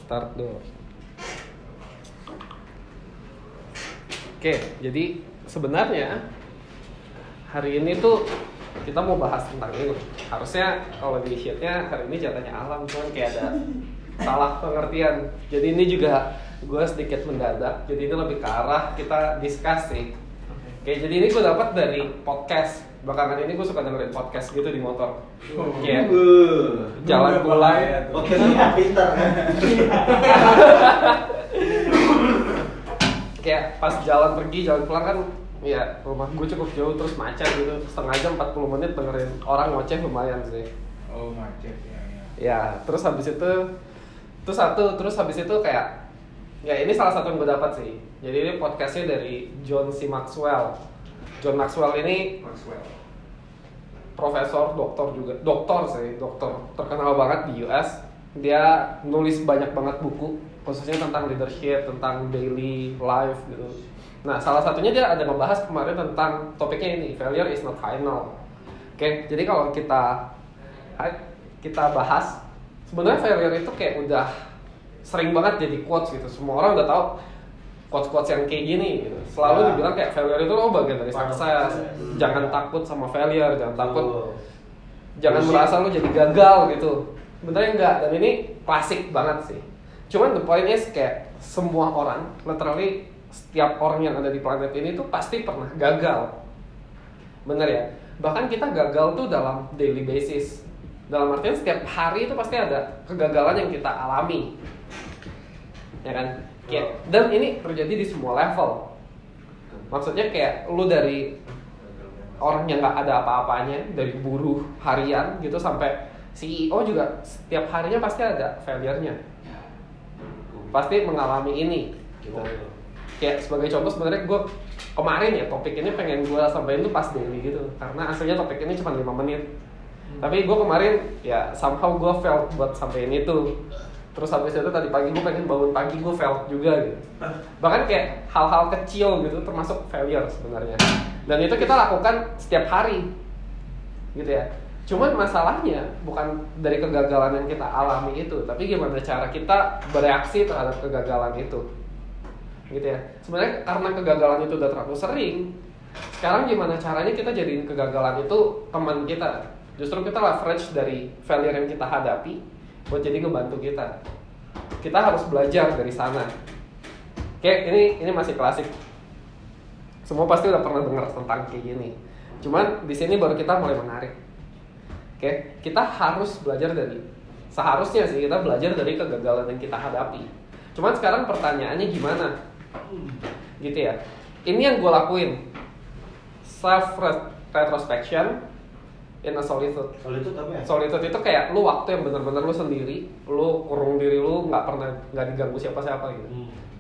Start dulu. Oke, jadi sebenarnya hari ini tuh kita mau bahas tentang ini. Harusnya kalau di sheetnya hari ini jatahnya alam, cuman kayak ada salah pengertian. Jadi ini juga gue sedikit mendadak. Jadi ini lebih ke arah kita discuss sih. Oke, jadi ini gue dapat dari podcast. Belakangan ini gue suka dengerin podcast gitu di motor. Kayak jalan pulang. Podcastnya pintar kan? Kayak pas jalan pergi, jalan pulang kan, ya rumah gue cukup jauh terus macet gitu, setengah jam 40 menit dengerin orang ngoceh lumayan sih. Oh macet ya. Ya terus habis itu habis itu kayak ya ini salah satu yang gue dapat sih. Jadi ini podcastnya dari John C. Maxwell. John Maxwell ini profesor, doktor terkenal banget di US. Dia nulis banyak banget buku, khususnya tentang leadership, tentang daily life gitu. Nah, salah satunya dia ada ngebahas kemarin tentang topiknya ini, failure is not final. Oke, jadi kalau kita bahas, sebenarnya failure itu kayak udah sering banget jadi quotes gitu. Semua orang udah tahu quotes-quotes yang kayak gini gitu. Selalu dibilang kayak failure itu bagian dari sukses. Jangan takut sama failure, jangan merasa lu jadi gagal gitu. Sebenarnya enggak, dan ini klasik banget sih. Cuman the point is kayak semua orang, literally setiap orang yang ada di planet ini tuh pasti pernah gagal. Bener ya? Bahkan kita gagal tuh dalam daily basis. Dalam artian setiap hari itu pasti ada kegagalan yang kita alami. Ya kan? Kayak, dan ini terjadi di semua level. Maksudnya kayak lu dari orang yang gak ada apa-apanya, dari buruh harian gitu sampai CEO juga setiap harinya pasti ada failure-nya. Pasti mengalami ini gitu. Kayak sebagai contoh sebenarnya gue kemarin ya topik ini pengen gue sampaikan tuh pas daily gitu. Karena aslinya topik ini cuma 5 menit. Tapi gue kemarin ya somehow gue failed buat sampein itu. Terus habis itu tadi pagi gue pengen bangun pagi gue failed juga gitu. Bahkan kayak hal-hal kecil gitu termasuk failure sebenarnya. Dan itu kita lakukan setiap hari gitu ya. Cuman masalahnya bukan dari kegagalan yang kita alami itu, tapi gimana cara kita bereaksi terhadap kegagalan itu, gitu ya. Sebenarnya karena kegagalan itu udah terlalu sering, sekarang gimana caranya kita jadiin kegagalan itu teman kita. Justru kita leverage dari failure yang kita hadapi buat jadi ngebantu kita. Kita harus belajar dari sana. Oke, ini masih klasik. Semua pasti udah pernah dengar tentang kayak gini. Cuman di sini baru kita mulai menarik. Oke, kita harus seharusnya sih kita belajar dari kegagalan yang kita hadapi. Cuman sekarang pertanyaannya gimana? Gitu ya. Ini yang gue lakuin. Self retrospection in a solitude. Solitude apa ya? Solitude itu kayak lu waktu yang benar-benar lu sendiri, lu kurung diri lu, nggak diganggu siapa-siapa gitu.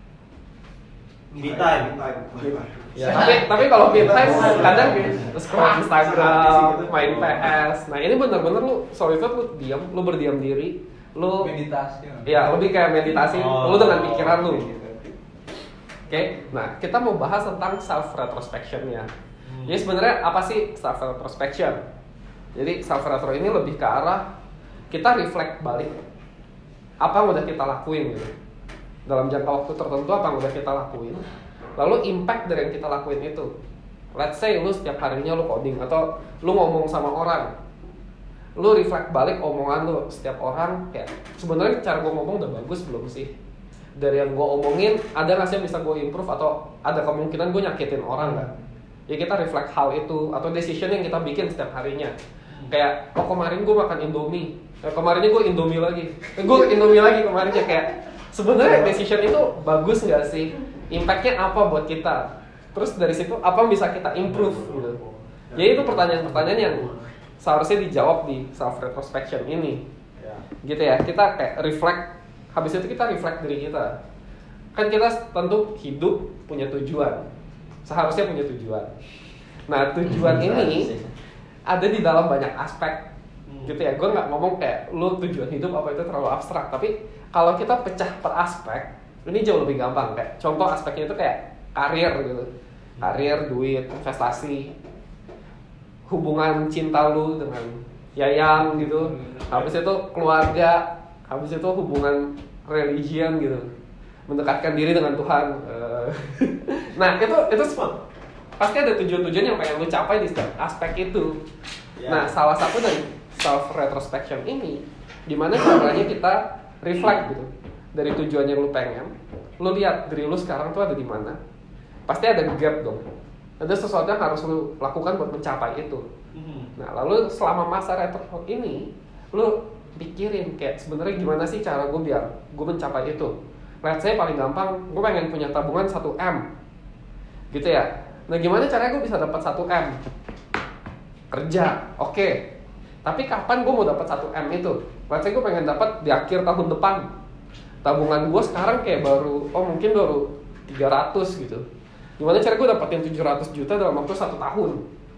Me time. Ya, tapi kalau me time kadang scroll Instagram, main PS. Nah, ini benar-benar lu solitude, lu berdiam diri, lu meditasi. Ya, lebih kayak meditasi, lu dengan pikiran lu. Oke, nah kita mau bahas tentang self retrospection-nya. Jadi sebenarnya apa sih self retrospection? Jadi self retro ini lebih ke arah kita reflect balik apa yang udah kita lakuin gitu. Dalam jangka waktu tertentu apa yang udah kita lakuin, lalu impact dari yang kita lakuin itu. Let's say lu setiap harinya lu coding atau lu ngomong sama orang, lu reflect balik omongan lu setiap orang kayak sebenarnya cara gue ngomong udah bagus belum sih? Dari yang gue omongin ada nggak sih yang bisa gue improve atau ada kemungkinan gue nyakitin orang nggak? Ya kita reflect hal itu atau decision yang kita bikin setiap harinya. Kayak kemarin gue makan Indomie, kemarinnya gue Indomie lagi kemarinnya kayak sebenarnya decision itu bagus nggak sih? Impactnya apa buat kita? Terus dari situ apa yang bisa kita improve gitu? Jadi itu pertanyaan-pertanyaan yang seharusnya dijawab di self retrospection ini, gitu ya. Kita kayak reflect, habis itu kita reflect diri kita. Kan kita tentu hidup punya tujuan, seharusnya punya tujuan. Nah tujuan ini ada di dalam banyak aspek, gitu ya. Gue nggak ngomong kayak lu tujuan hidup apa itu terlalu abstrak, tapi kalau kita pecah per aspek, ini jauh lebih gampang. Kayak contoh aspeknya itu kayak karir gitu, karir, duit, investasi, hubungan cinta lu dengan Yayang gitu, habis itu keluarga, habis itu hubungan religion gitu, mendekatkan diri dengan Tuhan. Nah itu semua pasti ada tujuan-tujuan yang pengen lu capai di setiap aspek itu. Nah salah satu dari self retrospection ini, gimana caranya kita reflect gitu dari tujuan yang lu pengen, lu lihat diri lu sekarang tuh ada di mana. Pasti ada gap dong, ada sesuatu yang harus lu lakukan buat mencapai itu. Nah lalu selama masa retro ini, lu pikirin kayak sebenarnya gimana sih cara gue biar gue mencapai itu. Let's say paling gampang, gue pengen punya tabungan 1M gitu ya. Nah gimana caranya gue bisa dapat 1M? Kerja, oke. Tapi kapan gue mau dapat 1M itu? Let's say gue pengen dapat di akhir tahun depan. Tabungan gue sekarang kayak mungkin baru 300 gitu. Gimana cara gue dapetin 700 juta dalam waktu 1 tahun?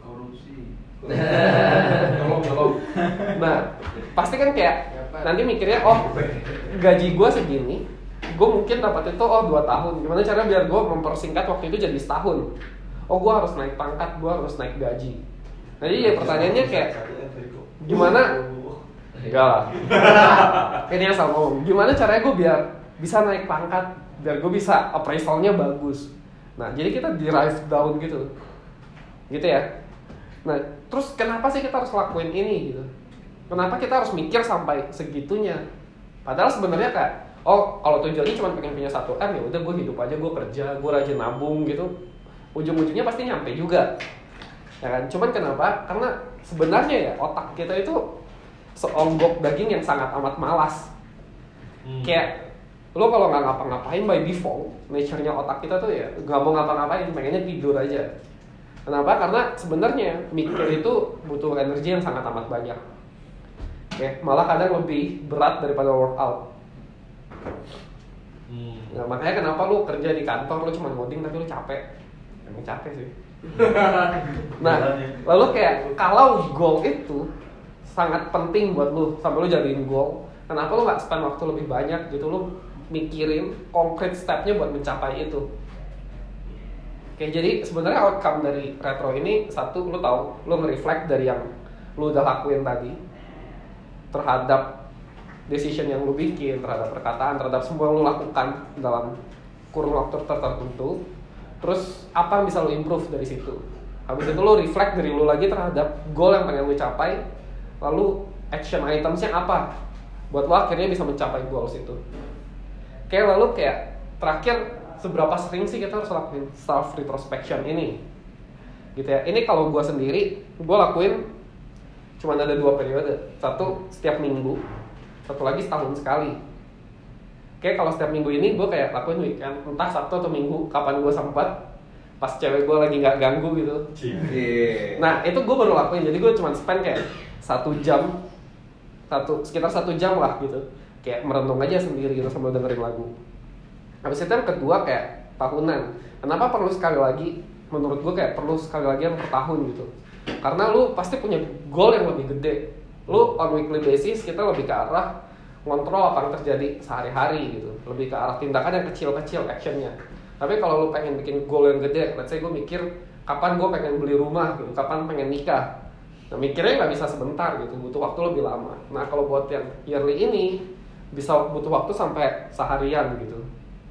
Tolong. Nah, pasti kan kayak nanti mikirnya, gaji gue segini, gue mungkin dapat itu 2 tahun. Gimana cara biar gue mempersingkat waktu itu jadi setahun? Gue harus naik pangkat, gue harus naik gaji. Nah, jadi pertanyaannya kayak gimana? Enggak lah. Ini yang sama ngomong. Gimana caranya gue biar bisa naik pangkat, biar gue bisa appraisalnya bagus. Nah, jadi kita drive down gitu ya. Nah, terus kenapa sih kita harus lakuin ini gitu? Kenapa kita harus mikir sampai segitunya? Padahal sebenarnya kayak, kalau tujuannya cuma pengen punya 1M, ya udah gue hidup aja, gue kerja, gue rajin nabung gitu. Ujung-ujungnya pasti nyampe juga. Ya kan? Cuman kenapa? Karena sebenarnya ya otak kita itu seonggok daging yang sangat amat malas. Kayak lo kalau nggak ngapa-ngapain by default, nature-nya otak kita tuh ya nggak mau ngapa-ngapain, pengennya tidur aja. Kenapa? Karena sebenarnya mikir itu butuh energi yang sangat amat banyak. Malah kadang lebih berat daripada workout. Nah, makanya kenapa lu kerja di kantor lu cuma ngoding tapi lu capek. Emang capek sih. Nah, lalu kayak kalau goal itu sangat penting buat lu sampai lu jadiin goal, kenapa lu nggak spend waktu lebih banyak gitu lu mikirin concrete step-nya buat mencapai itu? Jadi sebenarnya outcome dari retro ini satu, lu tahu, lu nge-reflect dari yang lu udah lakuin tadi terhadap decision yang lu bikin, terhadap perkataan, terhadap semua yang lu lakukan dalam kurun waktu tertentu. Terus apa yang bisa lu improve dari situ? Habis itu lu reflect dari lu lagi terhadap goal yang pengen lu capai. Lalu action itemsnya apa buat lo akhirnya bisa mencapai goals itu. Lalu terakhir, seberapa sering sih kita harus lakuin self retrospection ini gitu ya. Ini kalau gue sendiri, gue lakuin cuma ada 2 periode. Satu setiap minggu, satu lagi setahun sekali. Kalau setiap minggu ini gue lakuin weekend, entah Sabtu atau Minggu, kapan gue sempat, pas cewek gue lagi nggak ganggu gitu. Nah itu gue baru lakuin. Jadi gue cuma spend 1 jam, sekitar 1 jam lah gitu, merenung aja sendiri gitu sambil dengerin lagu. Habis itu yang kedua tahunan. Kenapa perlu sekali lagi? Menurut gue perlu sekali lagi yang per tahun gitu. Karena lu pasti punya goal yang lebih gede. Lu on weekly basis kita lebih ke arah ngontrol apa yang terjadi sehari-hari gitu, lebih ke arah tindakan yang kecil-kecil actionnya. Tapi kalau lu pengen bikin goal yang gede, let's say gue mikir kapan gue pengen beli rumah gitu, kapan pengen nikah. Nah mikirnya nggak bisa sebentar gitu, butuh waktu lebih lama. Nah kalau buat yang yearly ini bisa butuh waktu sampai seharian gitu.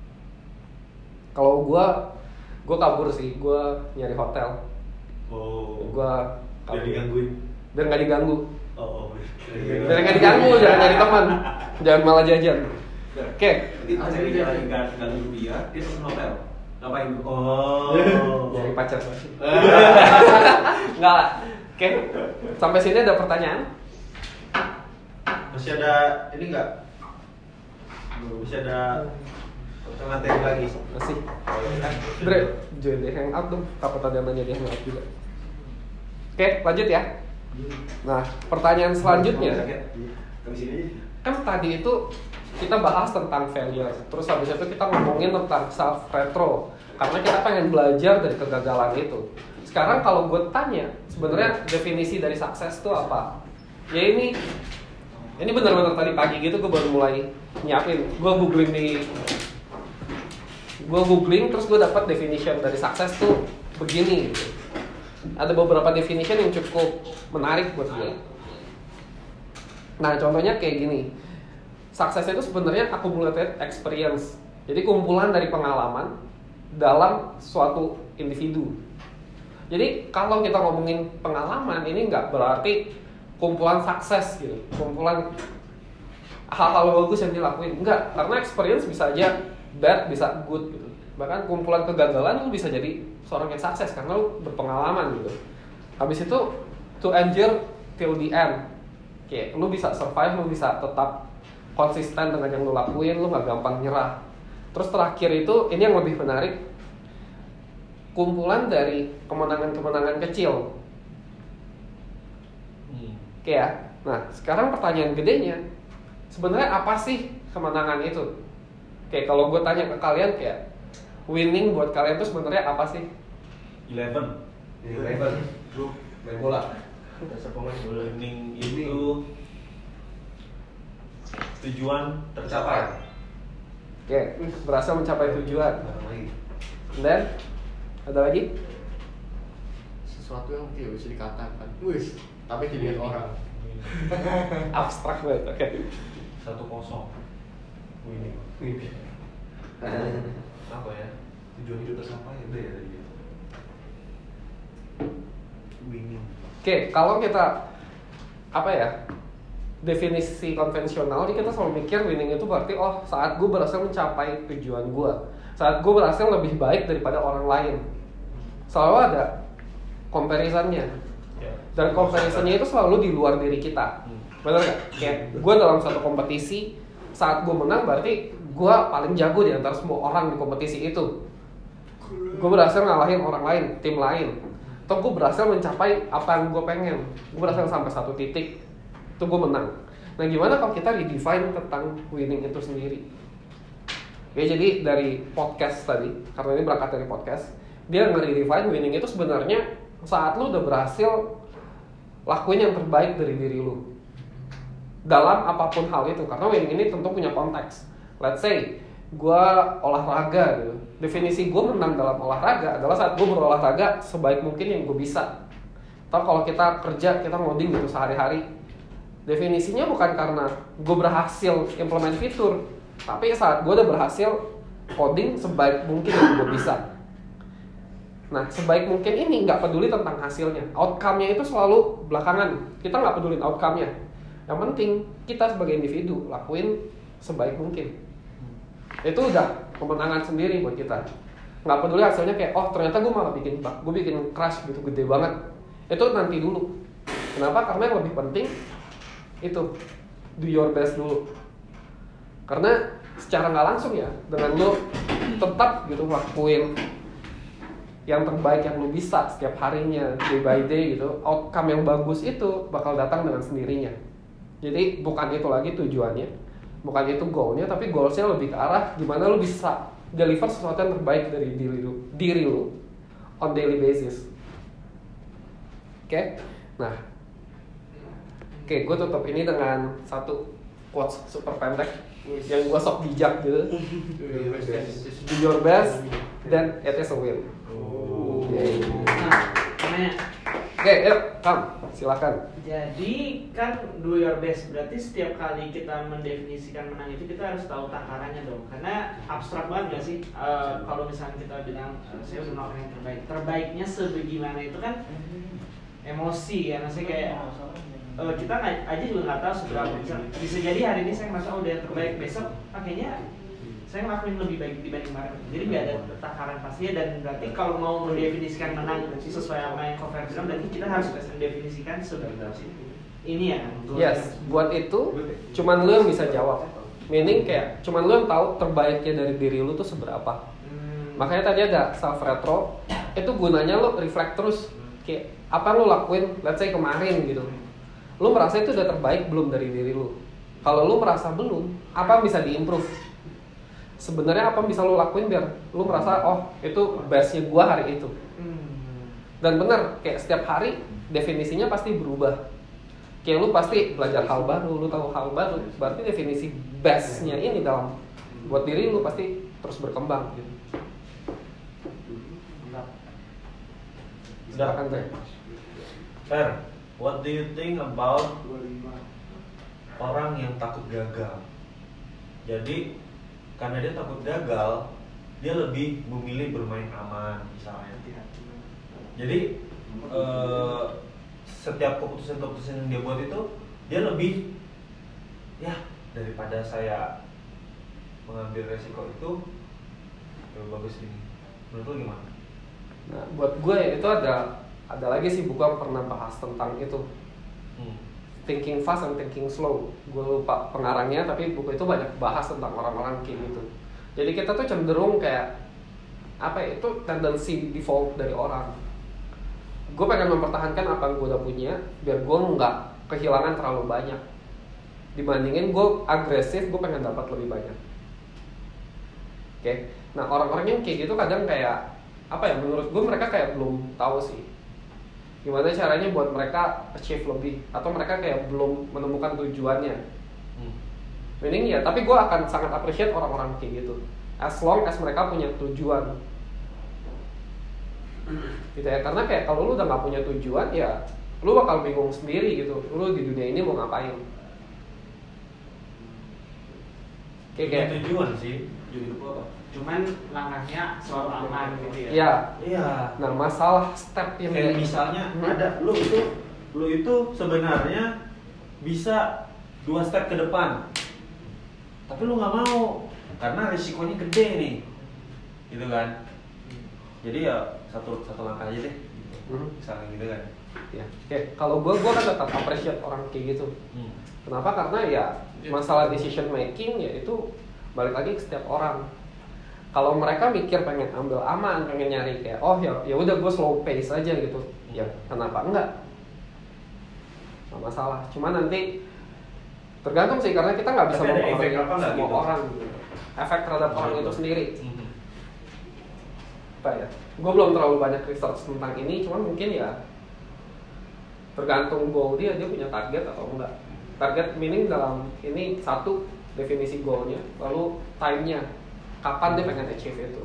Kalau gue kabur sih, gue nyari hotel. Gue biar digangguin. Biar nggak diganggu. Biar nggak Biar diganggu, jangan nyari teman, jangan malah jajan. Jadi ganggu dia pesen hotel. Ngapain? Nyari pacar sih. Enggak lah. Sampai sini ada pertanyaan? Masih ada ini enggak? Masih ada materi lagi? Masih. Bre, join di hangout dong. Kapan tadi nanya di hangout juga. Lanjut ya. Nah, pertanyaan selanjutnya. Kan tadi itu kita bahas tentang failure. Terus habis itu kita ngomongin tentang self retro. Karena kita pengen belajar dari kegagalan itu. Sekarang kalau gue tanya, sebenarnya definisi dari sukses itu apa? Ya ini benar-benar tadi pagi gitu gue baru mulai nyiapin. Gue googling terus gue dapat definition dari sukses tuh begini gitu. Ada beberapa definition yang cukup menarik buat gue. Nah contohnya kayak gini. sukses itu sebenarnya accumulated experience. Jadi kumpulan dari pengalaman dalam suatu individu. Jadi kalau kita ngomongin pengalaman ini nggak berarti kumpulan sukses gitu, kumpulan hal-hal bagus yang dilakuin. Enggak, karena experience bisa aja bad, bisa good gitu. Bahkan kumpulan kegagalan lu bisa jadi seorang yang sukses karena lu berpengalaman gitu. Habis itu to endure till the end. Kayak lu bisa survive, lu bisa tetap konsisten dengan yang lu lakuin, lu nggak gampang nyerah. Terus terakhir itu, ini yang lebih menarik, kumpulan dari kemenangan-kemenangan kecil. Oke ya. Nah, sekarang pertanyaan gedenya, sebenarnya apa sih kemenangan itu? Kayak kalau gue tanya ke kalian kayak winning buat kalian itu sebenarnya apa sih? 11 grup main bola. Dasar pemain bola. Winning itu tujuan tercapai. Oke, berhasil mencapai tujuan. Dan ada lagi? Sesuatu yang tidak bisa dikatakan. Wis, tapi dilihat orang. Abstrak banget. Oke. 1-0. Winning. Apa ya? Tujuan hidup tercapai udah ya tadi. Winning. Oke, kalau kita apa ya? Definisi konvensional, kita selalu mikir winning itu berarti saat gue berhasil mencapai tujuan gue, saat gue berhasil lebih baik daripada orang lain. Selalu ada comparisonnya, dan comparisonnya itu selalu di luar diri kita. Benar nggak? Kayak gue dalam satu kompetisi, saat gue menang berarti gue paling jago di antara semua orang di kompetisi itu. Gue berhasil ngalahin orang lain, tim lain. Atau gue berhasil mencapai apa yang gue pengen. Gue berhasil sampai satu titik, itu gue menang. Nah, gimana kalau kita redefine tentang winning itu sendiri? Oke, jadi dari podcast tadi, karena ini berangkat dari podcast, dia nge-redefine winning itu sebenarnya saat lu udah berhasil lakuin yang terbaik dari diri lu dalam apapun hal itu. Karena winning ini tentu punya konteks. Let's say gue olahraga gitu. Definisi gue menang dalam olahraga adalah saat gue berolahraga sebaik mungkin yang gue bisa. Atau kalau kita kerja, kita ngoding gitu sehari-hari, definisinya bukan karena gue berhasil implement fitur, tapi saat gue udah berhasil coding sebaik mungkin yang gue bisa. Nah, sebaik mungkin ini nggak peduli tentang hasilnya, outcome-nya itu selalu belakangan. Kita nggak pedulin outcome-nya. Yang penting kita sebagai individu lakuin sebaik mungkin. Itu udah kemenangan sendiri buat kita. Nggak peduli hasilnya kayak ternyata gue malah bikin bug, gue bikin crash gitu gede banget. Itu nanti dulu. Kenapa? Karena yang lebih penting itu do your best dulu. Karena secara nggak langsung ya, dengan lo tetap gitu lakuin yang terbaik yang lo bisa setiap harinya, day by day gitu, outcome yang bagus itu bakal datang dengan sendirinya. Jadi bukan itu lagi tujuannya, bukan itu goalnya, tapi goalsnya lebih ke arah gimana lo bisa deliver sesuatu yang terbaik dari diri lo on daily basis. Oke? Nah, gue tutup ini dengan satu quotes super pendek yang gue sok bijak gitu. Do your best, then it is a win. Oke, yuk, silakan. Jadi kan do your best berarti setiap kali kita mendefinisikan menang itu kita harus tahu takarannya dong. Karena abstrak banget gak sih? Kalau misalnya kita bilang saya udah melakukan yang terbaik, terbaiknya sebagaimana itu kan emosi ya, maksudnya kayak kita aja juga nggak tahu seberapa bisa jadi hari ini saya merasa udah yang terbaik, besok akhirnya saya ngelakuin lebih baik dibanding kemarin. Jadi nggak ada takaran pastinya, dan berarti kalau mau mendefinisikan menang sesuai apa yang Cover bilang, berarti kita harus mendefinisikan seberapa ini ya. Yes, buat itu cuman lu yang bisa jawab. Meaning kayak cuman lu yang tahu terbaiknya dari diri lu tuh seberapa. Makanya tadi ada self retro, itu gunanya lu reflect terus kayak apa lu lakuin, let's say kemarin gitu. Lu merasa itu udah terbaik belum dari diri lu? Kalau lu merasa belum, apa yang bisa diimprove? Sebenarnya apa yang bisa lu lakuin biar lu merasa itu bestnya gua hari itu. Dan benar, kayak setiap hari definisinya pasti berubah. Kayak lu pasti belajar hal baru, lu tahu hal baru, berarti definisi bestnya ini dalam buat diri lu pasti terus berkembang gitu. Silakan Teh. What do you think about orang yang takut gagal? Jadi karena dia takut gagal, dia lebih memilih bermain aman misalnya. Jadi setiap keputusan-keputusan yang dia buat itu dia lebih ya daripada saya mengambil resiko itu lebih bagus ini. Menurut lo gimana? Nah, buat gue ya itu ada lagi sih buku yang pernah bahas tentang itu. Thinking fast and thinking slow. Gue lupa pengarangnya, tapi buku itu banyak bahas tentang orang-orang kayak gitu. Jadi kita tuh cenderung kayak apa ya, itu tendensi default dari orang. Gue pengen mempertahankan apa yang gue udah punya biar gue nggak kehilangan terlalu banyak. Dibandingin gue agresif, gue pengen dapat lebih banyak. Oke, nah orang-orang yang kayak gitu kadang kayak apa ya? Menurut gue mereka kayak belum tahu sih gimana caranya buat mereka achieve lebih, atau mereka kayak belum menemukan tujuannya. Meaning ya, tapi gue akan sangat appreciate orang-orang kayak gitu, as long as mereka punya tujuan. Gitu ya, karena kayak kalau lu udah nggak punya tujuan ya, lu bakal bingung sendiri gitu. Lu di dunia ini mau ngapain? Kayak tujuan sih. Jadi apa? Cuman langkahnya selalu aman gitu ya. Ya. Iya. Nah masalah step yang Kayak misalnya ada lu itu sebenarnya bisa 2 step ke depan, tapi lu nggak mau karena risikonya gede nih, gitu kan? Jadi ya satu langkah aja deh, misalnya gitu kan? Ya, kalau gue kan tetap appreciate orang kayak gitu. Kenapa? Karena ya masalah decision making ya itu balik lagi ke setiap orang. Kalau mereka mikir pengen ambil aman, pengen nyari kayak oh ya udah gue slow pace aja gitu, ya kenapa enggak? Nggak masalah. Cuma nanti tergantung sih, karena kita nggak bisa mempengaruhi semua gitu? Orang. Efek terhadap orang itu sendiri. Apa ya? Gue belum terlalu banyak research tentang ini, cuman mungkin ya tergantung goal dia punya target atau enggak. Target meaning dalam ini satu definisi goalnya, lalu time-nya, kapan dia pengen achieve itu.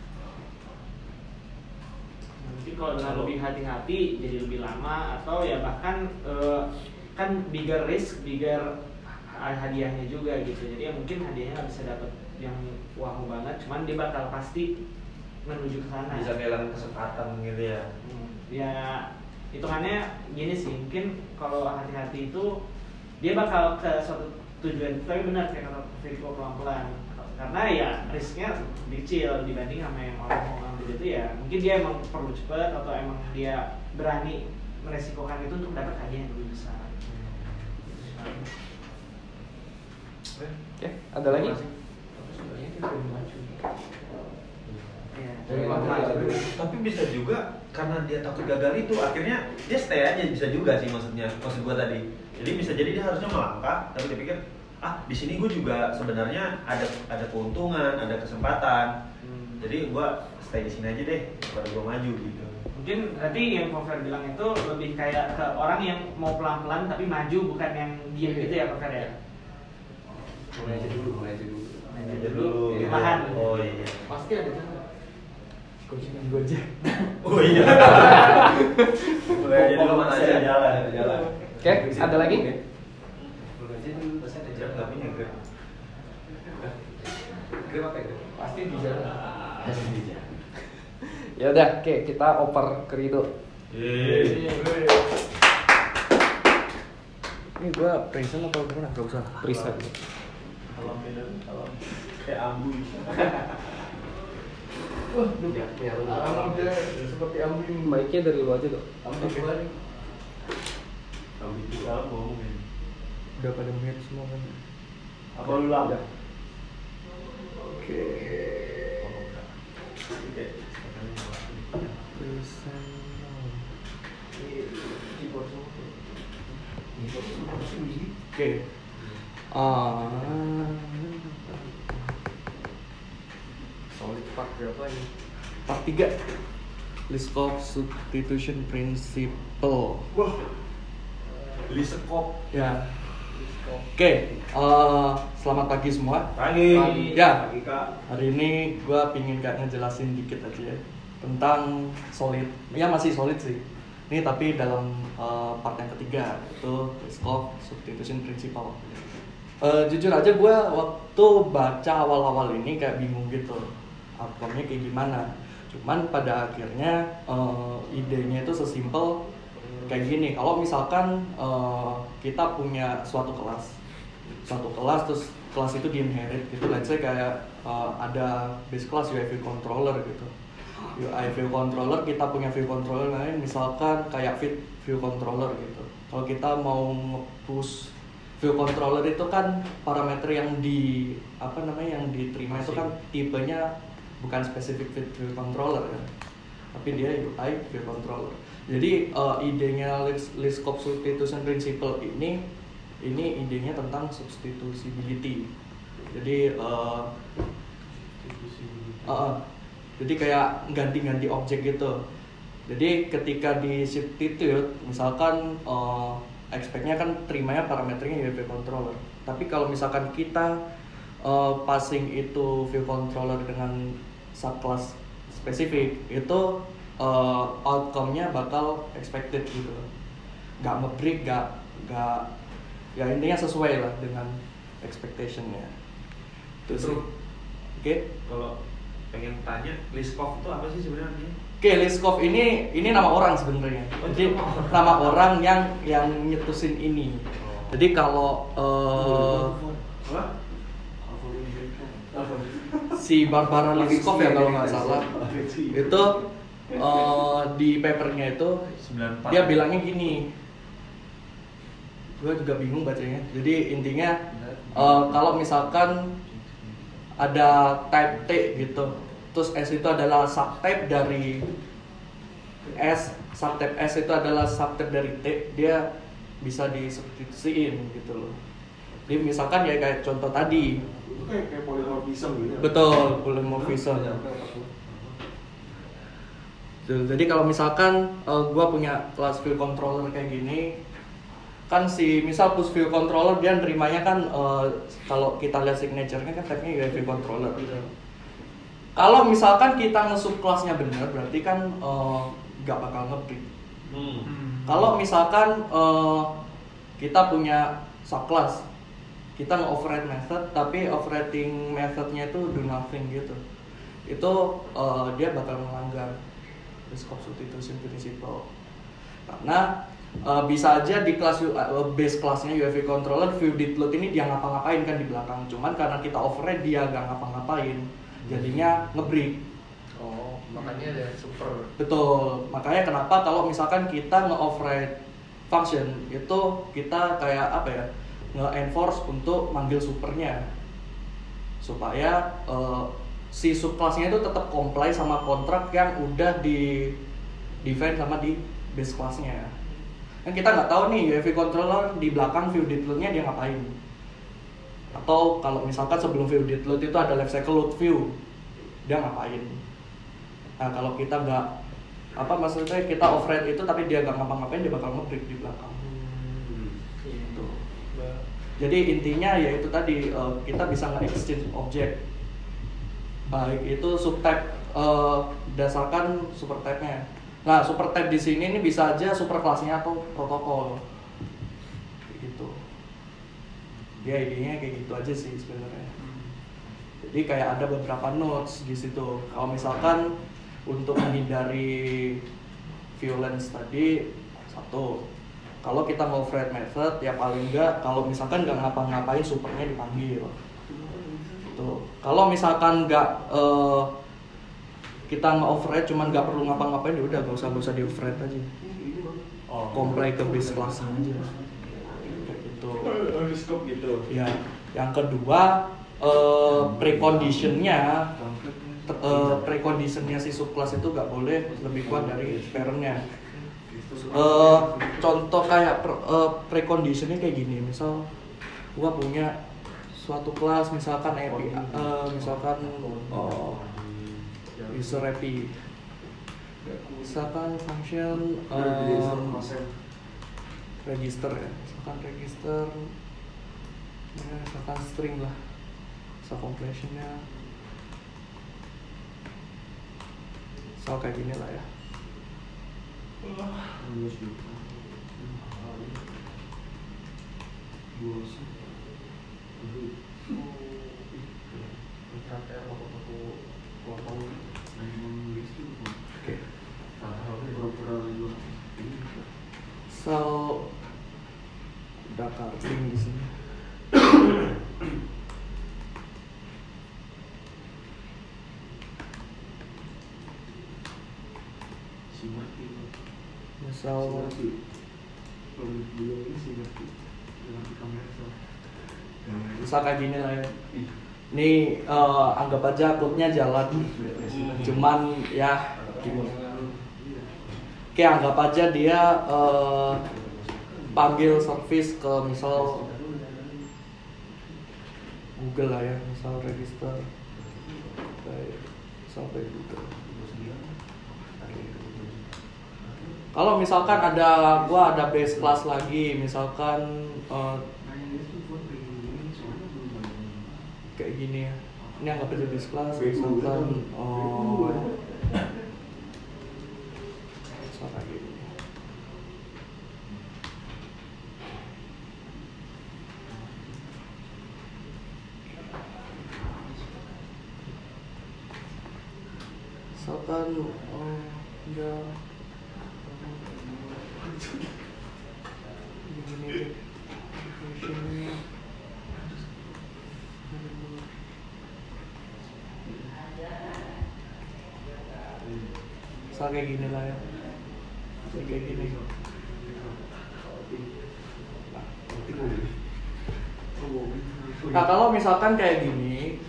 Mungkin kalau dengan lebih hati-hati jadi lebih lama, atau ya bahkan kan bigger risk, bigger hadiahnya juga gitu. Jadi ya mungkin hadiahnya nggak bisa dapat yang wow banget, cuman dia bakal pasti menuju ke sana. Bisa kehilangan kesempatan gitu ya. Ya hitungannya gini sih, mungkin kalau hati-hati itu dia bakal ke suatu tujuan, tapi benar kayak kata Fiko, pelan-pelan, karena ya risknya kecil dibanding sama yang orang mau ngambil itu. Ya mungkin dia emang perlu cepat, atau emang dia berani meresikokan itu untuk dapat hadiah yang lebih besar. Oke, ada lagi? Tapi bisa juga karena dia takut gagal itu, akhirnya dia stay aja, bisa juga sih maksud gua tadi. Jadi bisa jadi dia harusnya melangkah, tapi dia pikir di sini gue juga sebenarnya ada keuntungan, ada kesempatan. Jadi gua stay di sini aja deh daripada gua maju gitu. Mungkin berarti yang Kofer bilang itu lebih kayak ke orang yang mau pelan-pelan tapi maju, bukan yang diam gitu ya Kofer ya? Mulai aja dulu. Gitu. Tahan. Oh iya. Pasti ada cara. Coaching Gojek. Oh iya. Mulai aja dulu, masih ada jalan. Oke, ada lagi? Mulai aja dulu, pasti ada Jangan nggak punya grab. Grab apa ya? Pasti di jalan. Ya udah, oke, kita oper ke Rido. Ini gua present atau gimana? Gak usah. Present. Kalau kayak ambu. Ya, udah seperti ambil. Baiknya dari lu aja dong. Ambil. Ambu juga ngomongin. Udah pada mute semua kan? Apa lu lah? Oke. Oke. Solid part berapa ini? Part 3. List of substitution principle. Wah. Lisekop. Ya. Oke. Selamat pagi semua. Pagi. Ya. Pagi Kak. Hari ini gue pingin kak ngejelasin dikit aja ya tentang solid. Ya masih solid sih. Ini tapi dalam part yang ketiga, itu list of substitution principle. Jujur aja gue waktu baca awal-awal ini kayak bingung gitu outcome-nya kayak gimana. Cuman pada akhirnya idenya itu sesimpel kayak gini. Kalau misalkan kita punya suatu kelas terus kelas itu di-inherit gitu, let's say kayak ada base class UI controller gitu. UI view controller, kita punya view controller lain, misalkan kayak fit view controller gitu. Kalau kita mau nge-push view controller itu kan parameter yang yang diterima itu kan tipenya bukan spesifik fit view controller kan, tapi dia UI view controller. Jadi idenya list scope substitution principle ini idenya tentang substitutability. Jadi jadi kayak ganti-ganti objek gitu. Jadi ketika di substitute, misalkan expect-nya kan terimanya parameternya view controller. Tapi kalau misalkan kita passing itu view controller dengan subclass spesifik, itu outcome-nya bakal expected gitu. Gak nge-break, gak ya intinya sesuai lah dengan expectation-nya. Terus Oke. Kalau pengen tanya, Liskov itu apa sih sebenarnya? Oke, Liskov ini nama orang sebenarnya. Jadi nama orang yang nyetusin ini. Jadi kalau si Barbara Liskov ya kalau nggak salah itu di papernya itu 94. dia bilangnya gini. Gue juga bingung bacanya. Jadi intinya kalau misalkan ada type T gitu, terus S itu adalah subtype dari S, subtype S itu adalah subtype dari T, dia bisa disubstitusiin gitu loh. Jadi misalkan ya kayak contoh tadi. Itu kayak polymorphism gitu. Betul, polymorphism. Jadi kalau misalkan gua punya kelas view controller kayak gini, kan si misal push view controller dia nerimanya kan kalau kita lihat signature-nya kan type-nya UI view controller. Kalau misalkan kita nge-sub kelasnya benar, berarti kan nggak bakal nge-break. Kalau misalkan kita punya subclass, kita nge-override method, tapi overriding methodnya itu do nothing gitu, itu dia bakal melanggar scope substitution principle. Karena bisa aja di kelas base kelasnya UEFI controller view did-load ini dia ngapa-ngapain kan di belakang, cuman karena kita override dia nggak ngapa-ngapain, jadinya nge-break. Oh, makanya ada super. Betul, makanya kenapa kalau misalkan kita nge-override function itu kita kayak apa ya, nge-enforce untuk manggil supernya supaya si subclassnya itu tetap comply sama kontrak yang udah di define sama di base classnya. Kan kita nggak tahu nih UEFI controller di belakang view did-load-nya dia ngapain. Atau kalau misalkan sebelum view did-load itu ada life cycle load view, dia ngapain. Nah kalau kita nggak maksudnya kita override itu tapi dia nggak ngapa-ngapain, dia bakal nge-break di belakang. Gitu. Jadi intinya ya itu tadi kita bisa nge-exchange objek, baik itu subtype berdasarkan supertype-nya. Nah, supertype di sini ini bisa aja superkelasnya atau protokol. Kayak gitu. Dia idenya kayak gitu aja sih sebenarnya. Jadi kayak ada beberapa nodes di situ. Kalau misalkan untuk menghindari violence tadi, satu, kalau kita nge-override method ya paling enggak kalau misalkan nggak ngapa-ngapain supernya dipanggil. Tuh. Kalau misalkan nggak kita nge-override cuman nggak perlu ngapa-ngapain, ya udah nggak usah di-override aja. Comply ke base class aja. Kayak gitu. Scope gitu. Ya, yang kedua preconditionnya si subclass itu nggak boleh lebih kuat dari parentnya. Contoh kayak preconditionnya kayak gini, misal gua punya suatu kelas misalkan API, misalkan user API, misalkan function register ya, misalkan string lah, misal completionnya misal kayak gini lah ya. So udah coupling di sini. Misal misal kayak gini lah ya. Ini anggap aja code-nya jalan. Cuman ya gini. Oke, anggap aja dia panggil service ke misal Google lah ya, misal register sampai Google. Kalau misalkan gua ada base class lagi, misalkan kayak gini ya. Ini anggap aja base class, misalkan kayak gini. Misalkan udah begini deh. Misal kayak gini lah ya. Kayak gini. Nah kalau misalkan kayak gini,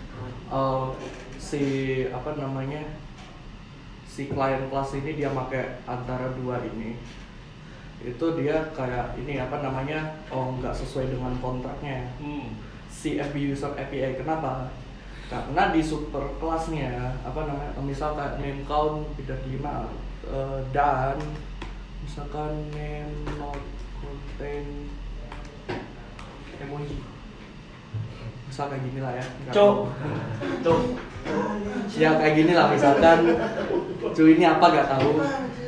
si client class ini dia pakai antara dua ini, itu dia kayak ini nggak sesuai dengan kontraknya. Si FB user API kenapa? Karena di super kelasnya misal kayak name count tidak 5 dan misalkan name not contain emoji, misal kayak gini lah ya. Cok. Ya kayak gini lah misalkan. Cuy ini apa gak tahu.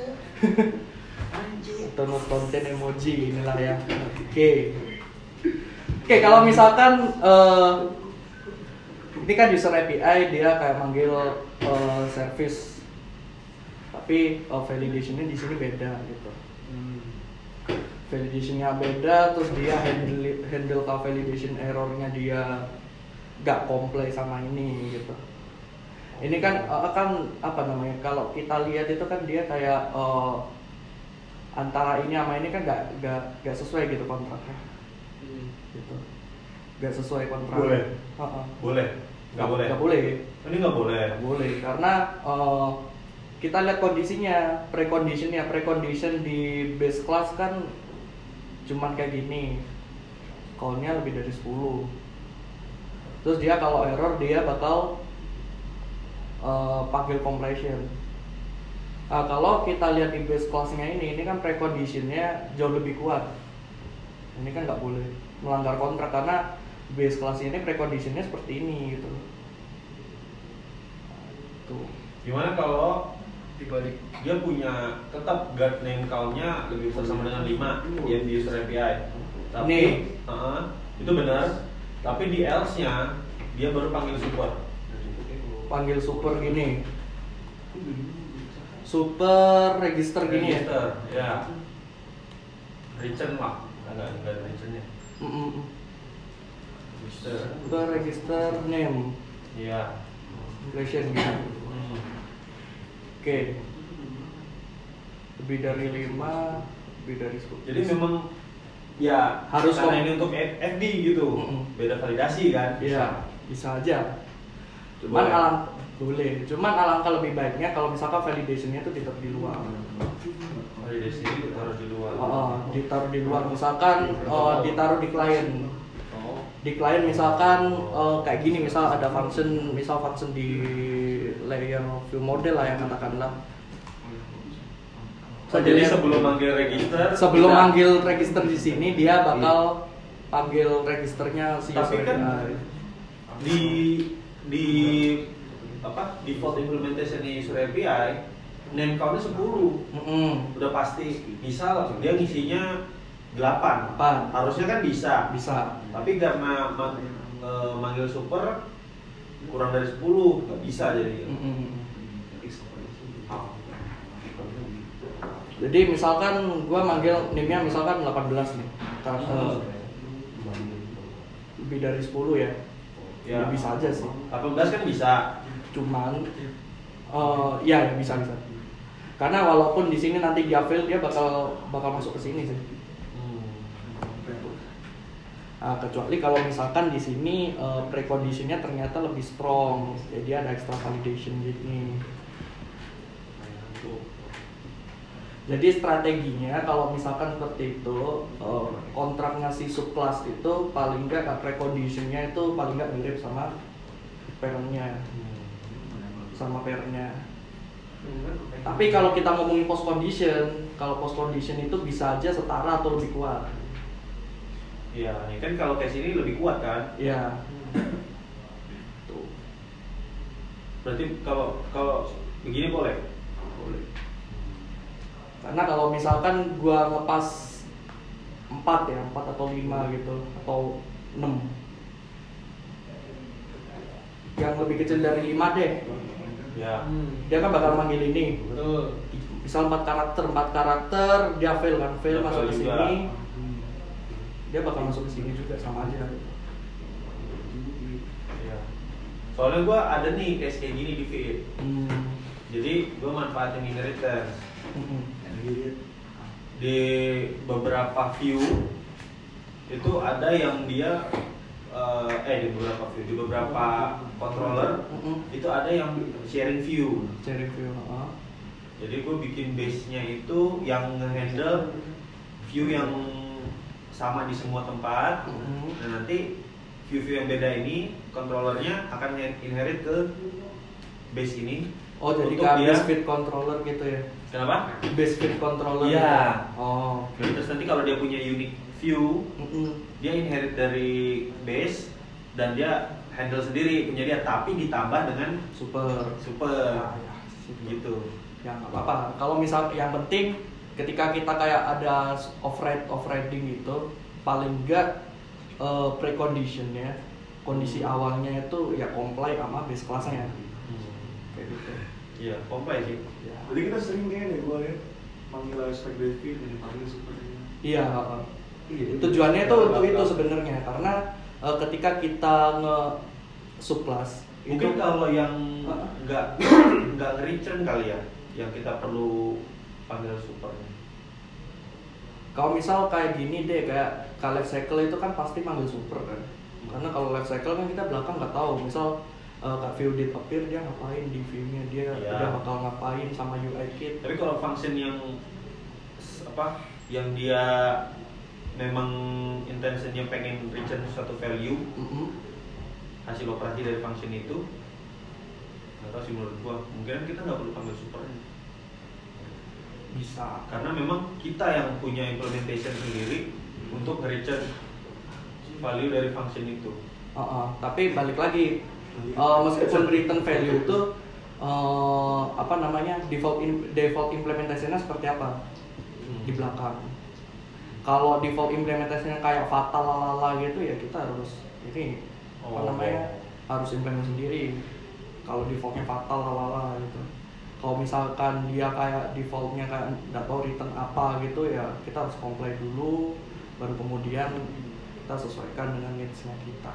Atau not contain emoji inilah ya. Oke, kalau misalkan ini kan user API dia kayak manggil service, tapi validationnya di sini beda gitu. Validationnya beda, terus dia handle validation errornya dia gak comply sama ini gitu. Ini kan kalau kita lihat itu kan dia kayak antara ini sama ini kan gak sesuai gitu kontraknya. Gitu. Gak sesuai kontrak. Boleh. Boleh. Nggak boleh. Nggak boleh. Ini nggak boleh. Nggak boleh karena kita lihat kondisinya, precondition di base class kan cuman kayak gini. Count-nya lebih dari 10. Terus dia kalau error dia bakal panggil completion. Kalau kita lihat di base class-nya ini kan precondition-nya jauh lebih kuat. Ini kan nggak boleh melanggar kontrak karena base class ini preconditionnya seperti ini gitu. Tuh. Gimana kalau dibalik dia punya tetap guard name count-nya lebih besar sama dengan 5 yang di user API. Tapi itu benar. Tapi di else-nya dia baru panggil super. Panggil super gini. Super register gini ya. Ya. Return lah. Enggak ada return-nya. Register name. Iya. Completion gitu. Oke. Lebih dari 5, lebih dari 10. Jadi memang ya harus karena ini untuk FB gitu. Beda validasi kan? Iya, bisa aja. Cuman alangkah lebih baiknya kalau misalkan validation-nya itu tetap di luar. Validasi harus di luar. Ditaruh di luar. Misalkan ditaruh di klien. Di klien misalkan kayak gini, misal ada function di layer view model lah ya katakanlah. Jadi sebelum manggil register di sini dia bakal panggil registernya si user. Tapi kan di default implementation user API name count-nya 10. Udah pasti. Misal dia ngisinya 8. Harusnya kan bisa. Tapi karena manggil super kurang dari 10 nggak bisa jadi. Jadi misalkan gua manggil NIM-nya misalkan 18 nih. Lebih dari 10 ya. Ya bisa aja sih. 18 kan bisa. Cuman ya bisa. Karena walaupun di sini nanti dia fail, dia bakal masuk ke sini sih. Kecuali kalau misalkan di sini preconditionnya ternyata lebih strong, jadi ada extra validation gini. Jadi strateginya kalau misalkan seperti itu, kontraknya si subclass itu paling nggak preconditionnya itu paling nggak mirip sama parentnya, Tapi kalau kita ngomongin post condition, kalau post condition itu bisa aja setara atau lebih kuat. Iya, ini kan kalau case ini lebih kuat kan? Iya. Tuh. Berarti kalau begini boleh? Boleh. Karena kalau misalkan gua ngepas 4 atau 5 gitu atau 6. Yang lebih kecil dari 5 deh. Ya. Dia kan bakal manggil ini. Betul. Misal 4 karakter dia fail masuk ke sini. Dia bakal masuk ke sini juga sama aja. Iya. Soalnya gua ada nih case kayak gini di feed. Jadi gua manfaatin inheritance. Di beberapa view itu ada yang dia di beberapa controller itu ada yang sharing view. Jadi gue bikin base-nya itu yang nge-handle view yang sama di semua tempat. Dan nanti view-view yang beda ini controllernya akan inherit ke base ini. Oh, jadi kayak base fit controller gitu ya? Kenapa? Base fit controller. Iya. Oh. Terus nanti kalau dia punya unique view, dia inherit dari base dan dia handle sendiri punya dia, tapi ditambah dengan super. Gitu. Ya nggak apa-apa. Kalau misal yang penting ketika kita kayak ada overriding gitu, paling enggak preconditionnya, kondisi awalnya itu ya comply sama base kelasnya. Kayak gitu. Iya, comply sih. Ya. Jadi kita sering nih gue lihat manggil spec David dan panggil supernya. Iya. Tujuannya itu untuk itu sebenarnya, karena ketika kita subclass mungkin itu, kalau yang nggak nge-return kali ya, yang kita perlu panggil supernya. Kalau misal kayak gini deh, kayak life cycle itu kan pasti manggil super kan. Karena kalau life cycle kan kita belakang nggak tahu. Misal view did appear, dia ngapain di view-nya, dia bakal ngapain sama UI kit. Tapi kalau function yang yang dia memang intentionnya pengen return suatu value, hasil operasi dari function itu, nggak tahu sih menurut gua, mungkin kita nggak perlu panggil supernya. Bisa. Karena memang kita yang punya implementation sendiri untuk return value dari function itu. Tapi balik lagi, meskipun return value itu default implementasinya seperti apa di belakang. Kalau default implementasinya kayak fatal lalala gitu ya kita harus harus implement sendiri. Kalau defaultnya fatal lalala gitu. Kalau misalkan dia kayak defaultnya kayak nggak tahu return apa gitu ya kita harus comply dulu, baru kemudian kita sesuaikan dengan needs-nya kita.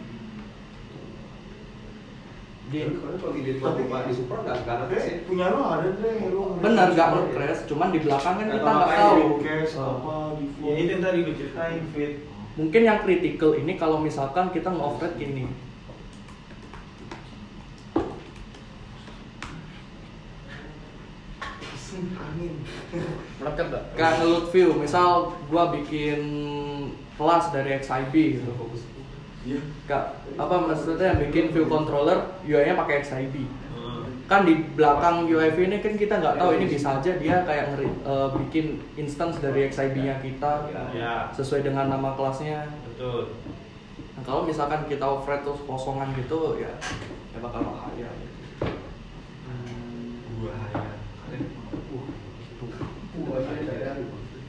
Kalau di super nggak ada sih. Punya lo ada deh, Benar nggak nge-crash, cuman di belakang kan kita nggak tahu. Ya itu yang tadi gue ceritain fit. Mungkin yang critical ini kalau misalkan kita nge-override gini. Melekat nggak? Kayak nge-load view, misal gua bikin kelas dari XIB gitu. Iya. Maksudnya bikin view controller UI-nya pakai XIB. Kan di belakang UI view ini kan kita nggak tahu, ini bisa aja dia kayak bikin instance dari XIB-nya kita sesuai dengan nama kelasnya. Betul. Nah, kalau misalkan kita override terus kosongan gitu ya bakal bahaya.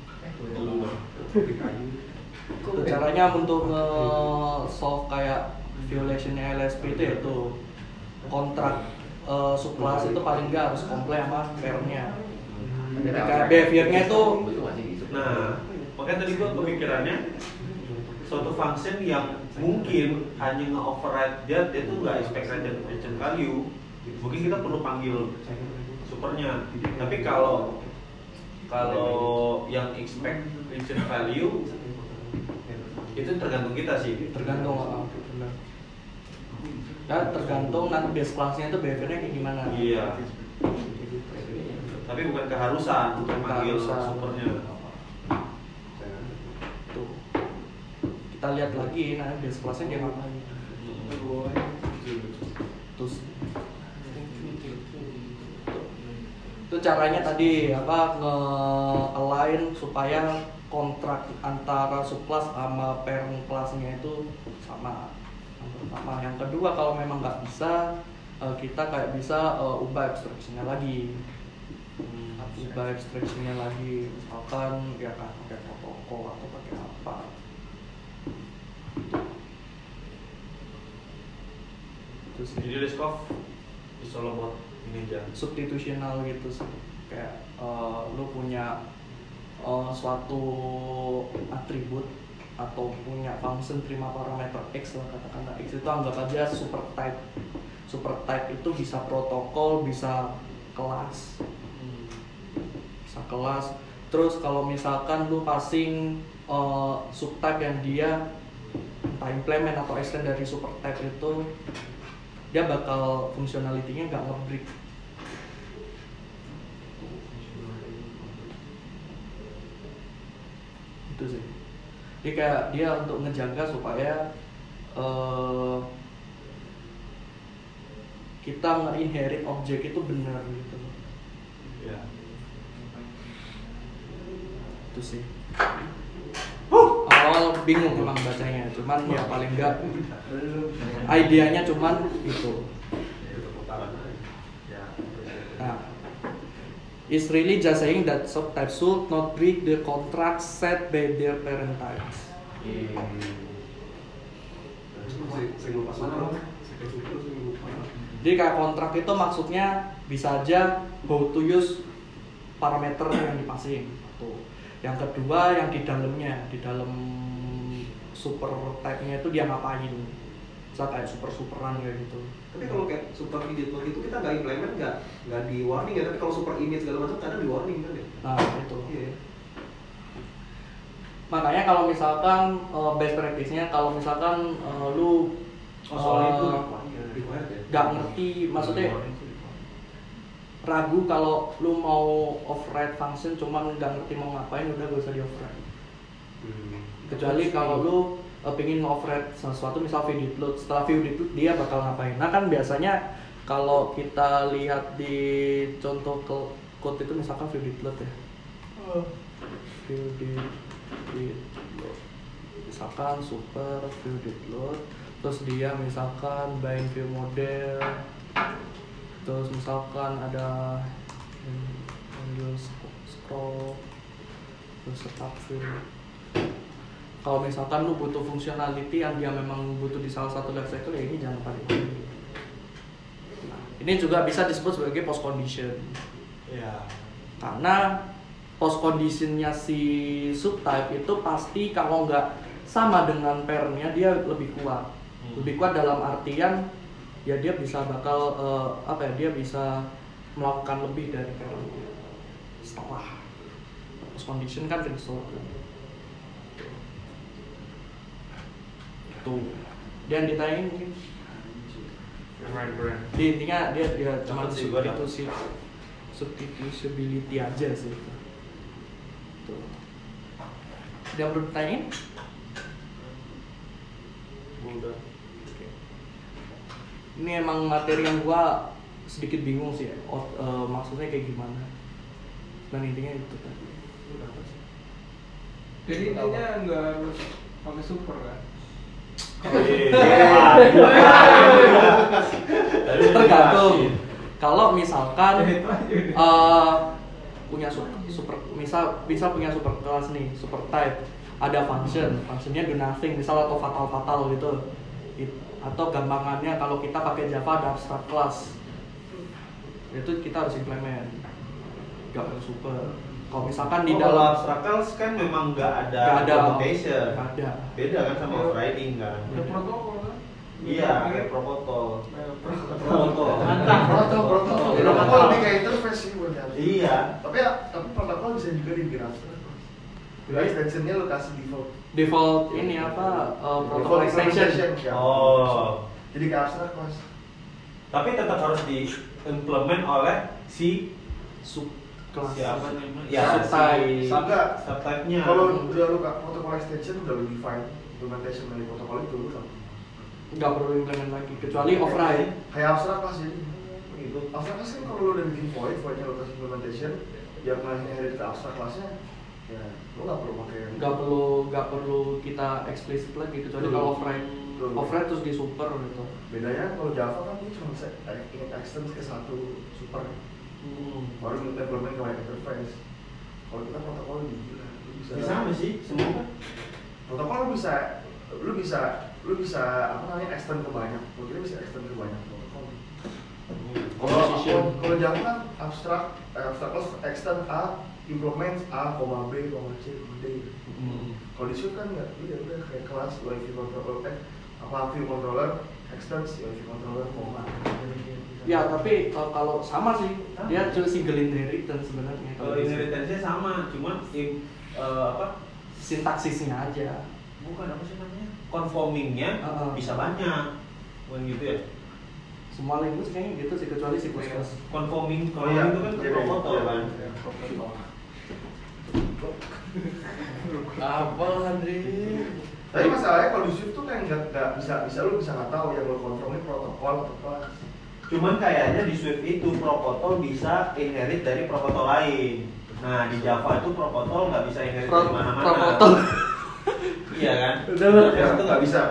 Caranya untuk solve kayak violationnya LSP itu yaitu kontrak subclass itu paling nggak harus comply sama pair-nya. Jadi kayak behaviornya itu, Nah, makanya tadi gua pemikirannya suatu function yang mungkin hanya nge-override dia tuh nggak expected return value, mungkin kita perlu panggil supernya. Tapi kalau yang expect return value itu tergantung kita sih. tergantung ya tergantung nanti base class-nya itu behaviornya kayak gimana. Iya. Tapi bukan keharusan untuk Bukan panggil keharusan. supernya. Tuh. Kita lihat lagi nanti base class-nya dia ngapain. Terus itu caranya tadi apa nge-align supaya kontrak antara subclass sama parent class-nya itu sama. Yang pertama, yang kedua kalau memang nggak bisa kita kayak bisa ubah abstraction-nya lagi. Ubah abstraction-nya lagi, misalkan ya kan pakai protokol atau pakai apa. Terus Jadi Liskov bisa lo buat ini aja. substitutional gitu sih, kayak lu punya suatu atribut atau punya function terima parameter x lah, katakanlah x itu anggap aja super type itu bisa protokol, bisa kelas, terus kalau misalkan lu passing subtype yang dia entah implement atau extend dari super type itu, dia bakal fungsionalitinya nggak nge-break. Itu sih. Jadi kayak dia untuk ngejaga supaya kita nge-inherit objek itu benar gitu. Ya. Itu sih. Awal bingung emang bacanya, cuman ya paling enggak idenya cuman itu. Nah, it's really just saying that subtype should not break the contract set by their parent types. Jadi kayak kontrak itu maksudnya bisa aja how to use parameter yang dipasing. Tuh. Yang kedua yang di dalam super type-nya itu dia ngapain? Misal kayak super-superan kayak gitu. Tapi kalau kayak super edit mode itu kita nggak implement, nggak di warning ya. Tapi kalau super image segala macam kadang di warning kan ya. Nah itu. Iya. Makanya kalau misalkan best practice-nya kalau misalkan lu Soalnya itu required ya. nggak ngerti, maksudnya ragu kalau lu mau override function cuman nggak ngerti mau ngapain, udah gak usah di override. Kecuali kalau lu pengen override sesuatu, misal view deploy, setelah view deploy dia bakal ngapain. Nah kan biasanya kalau kita lihat di contoh code itu misalkan view deploy ya, view deploy misalkan super view deploy, terus dia misalkan bind view model, terus misalkan ada scroll, terus setup view. Kalau misalkan lu butuh fungsionality yang dia memang butuh di salah satu life cycle, ya ini jangan pakai ini. Nah, ini juga bisa disebut sebagai post condition. Ya. Karena post conditionnya si subtype itu pasti kalau nggak sama dengan pairnya dia lebih kuat. Lebih kuat dalam artian ya dia bisa bakal dia bisa melakukan lebih dari pairnya setelah post condition kan restore. Tuh. Dan ditanyain mungkin di intinya dia cuma substitutability aja sih. Tuh. Dia perlu ditanyain? Udah. Oke. Ini emang materi yang gua sedikit bingung sih ya. Maksudnya kayak gimana? Dan intinya itu tadi. Jadi intinya nggak harus pakai super kan? Tergantung. Kalau misalkan punya super misal punya super kelas nih, super type, ada functionnya do nothing misal atau fatal gitu, Atau gampangannya kalau kita pakai Java ada abstract class, itu kita harus implement gak perlu super. Kalau misalkan di dalam abstract class kan memang nggak ada nggak ada computation. nggak ada. Beda kan sama overriding kan. Ada protokol kan? Iya, kayak protokol. Mantap. Protokol lebih kayak interface sih buat Java. Iya. Tapi protokol bisa juga dibikin abstrak. Jadi extensionnya lo kasih Default ini apa protocol Default extension. ya. Oh. Jadi kayak abstrak mas. Tapi tetap harus diimplement oleh si Subclass. siapa nih? Subtype. Subtype-nya. Kalau udah lo protokol extension udah lo define implementation dari protokol itu lo Nggak perlu implement lagi kecuali override. kayak abstrak mas jadi. Gitu. Abstrak class kan kalau lo udah bikin voidnya lo kasih implementation yang menginherit ke abstrak classnya, ya lo nggak perlu pakai. Nggak perlu kita eksplisit lagi kecuali Betul. kalau override. Betul. Override terus di super gitu. Bedanya kalau Java kan dia cuma bisa ingin extend ke satu super, baru implement ke web interface. Kalau kita protokol lebih gila, lo bisa. Sama sih, semua. Protokol lo bisa apa namanya extend ke banyak. Lo kira bisa extend ke banyak protokol. Kalau Java kan abstrak class extend A, implement A, B, C, D. Kalau di Swift kan nggak, iya udah kayak kelas UIV controller, view controller, extend UIV controller, Ya tapi kalau sama sih dia cuma single inheritance sebenarnya. Kalau inheritance-nya sama, cuman sintaksisnya aja. bukan apa sih namanya? Conforming-nya bisa banyak. Bukan gitu ya? Semua language kayaknya gitu sih kecuali C++. Conforming Oh iya, itu kan protokol kan. Apa Andri? Tapi masalahnya kalau di Swift tuh kayak nggak bisa lo bisa nggak tahu yang lo kontrol ini protokol atau kelas. Cuman kayaknya di Swift itu protokol bisa inherit dari protokol lain. Nah di Java itu protokol nggak bisa inherit dari mana-mana. Protokol. Iya kan? Udah lah. Java itu nggak bisa.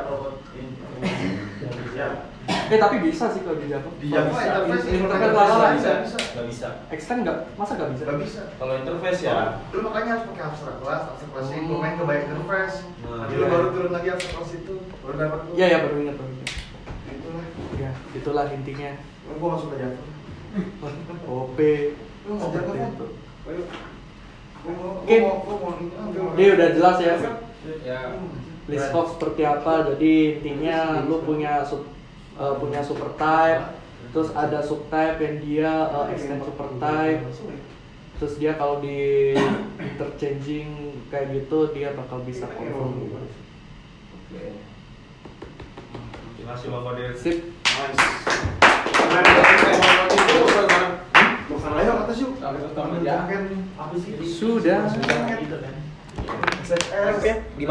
Ya. Tapi bisa sih kalau di Java. Di Java interface Interface nggak bisa. Extend nggak? Masa nggak bisa? Nggak bisa. Kalau interface ya. Lo makanya harus pakai abstrak class itu main ke banyak interface. Nah, Nanti iya. lo baru turun lagi abstrak class itu, baru dapat tuh. Iya baru ingat. Itulah. Ya itulah intinya. Gue masuk ke Java. OP. Lo nggak Java kan? Oke. Gue mau Dia udah jelas ya. Ya. List of seperti apa? Jadi intinya lu punya super type, terus ada subtype yang dia extend super type, terus dia kalau di interchanging kayak gitu dia bakal bisa conform. Jelas sih Bang Kodir. Sip. Ayo atas yuk. Ya. Apa sih? Sudah. Gitu kan. XXS. Di